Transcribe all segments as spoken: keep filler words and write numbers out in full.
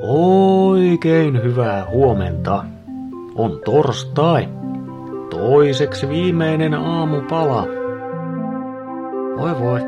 Oikein hyvää huomenta. On torstai. Toiseksi viimeinen aamupala. Voi voi.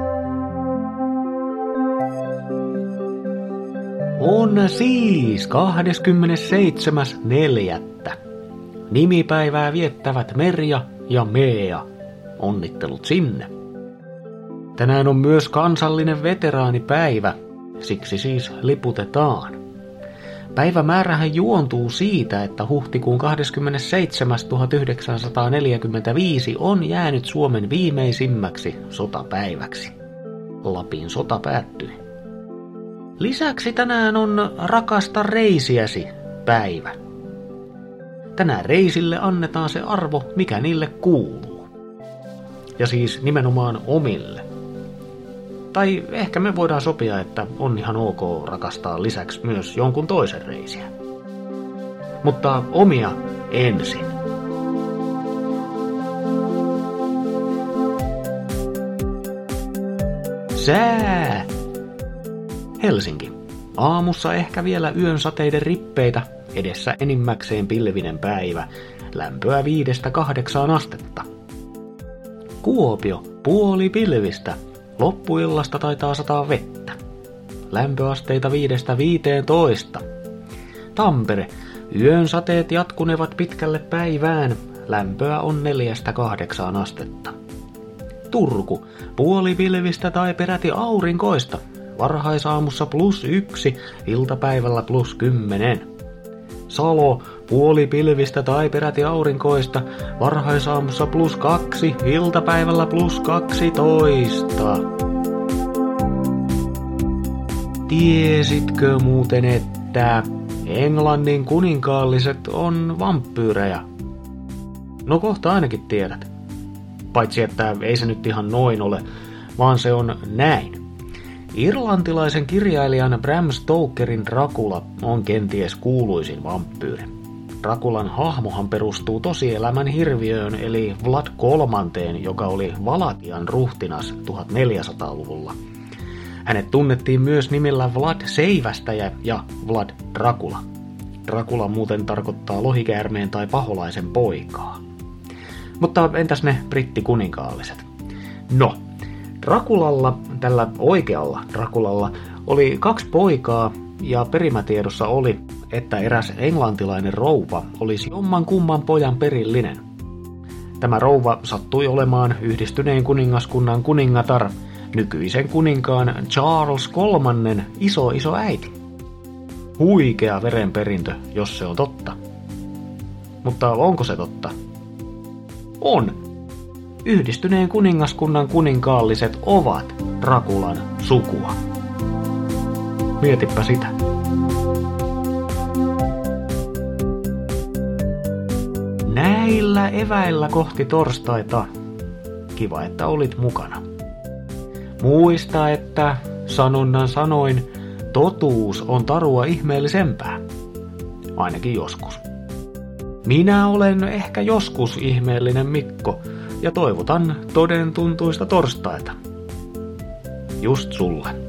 On siis kahdeskymmenesseitsemäs neljättä Nimipäivää viettävät Merja ja Mea. Onnittelut sinne. Tänään on myös kansallinen veteraanipäivä, siksi siis liputetaan. Päivämäärähän juontuu siitä, että huhtikuun kahdeskymmenesseitsemäs tuhatyhdeksänsataaneljäkymmentäviisi on jäänyt Suomen viimeisimmäksi sotapäiväksi. Lapin sota päättyi. Lisäksi tänään on Rakasta reisiäsi päivä. Tänään reisille annetaan se arvo, mikä niille kuuluu. Ja siis nimenomaan omille. Tai ehkä me voidaan sopia, että on ihan ok rakastaa lisäksi myös jonkun toisen reisiä. Mutta omia ensin. Sää! Helsinki. Aamussa ehkä vielä yön sateiden rippeitä, edessä enimmäkseen pilvinen päivä, lämpöä viidestä kahdeksaan astetta. Kuopio, puoli pilvistä, loppuillasta taitaa sataa vettä. Lämpöasteita viidestä viiteentoista. Tampere, yön sateet jatkunevat pitkälle päivään, lämpöä on neljästä kahdeksaan astetta. Turku, puoli pilvistä tai peräti aurinkoista, varhaisaamussa plus yksi, iltapäivällä plus kymmenen. Salo, puoli pilvistä tai peräti aurinkoista, varhaisaamussa plus kaksi, iltapäivällä plus kaksitoista. Tiesitkö muuten, että Englannin kuninkaalliset on vampyyrejä? No kohta ainakin tiedät. Paitsi että ei se nyt ihan noin ole, vaan se on näin. Irlantilaisen kirjailijan Bram Stokerin Dracula on kenties kuuluisin vampyyri. Draculan hahmohan perustuu tosielämän hirviöön eli Vlad kolmanteen, joka oli Valakian ruhtinas tuhatneljäsataaluvulla. Hänet tunnettiin myös nimillä Vlad Seivästäjä ja Vlad Dracula. Dracula muuten tarkoittaa lohikäärmeen tai paholaisen poikaa. Mutta entäs ne brittikuninkaalliset? No, Draculalla, tällä oikealla Draculalla, oli kaksi poikaa ja perimätiedossa oli, että eräs englantilainen rouva olisi jomman kumman pojan perillinen. Tämä rouva sattui olemaan Yhdistyneen kuningaskunnan kuningatar, nykyisen kuninkaan Charles kolmannen iso iso äiti. Huikea verenperintö, jos se on totta. Mutta onko se totta? On. Yhdistyneen kuningaskunnan kuninkaalliset ovat Draculan sukua. Mietipä sitä. Näillä eväillä kohti torstaita. Kiva, että olit mukana. Muista, että sanonnan sanoin, totuus on tarua ihmeellisempää. Ainakin joskus. Minä olen ehkä joskus ihmeellinen Mikko ja toivotan toden tuntuista torstaita. Just sulle.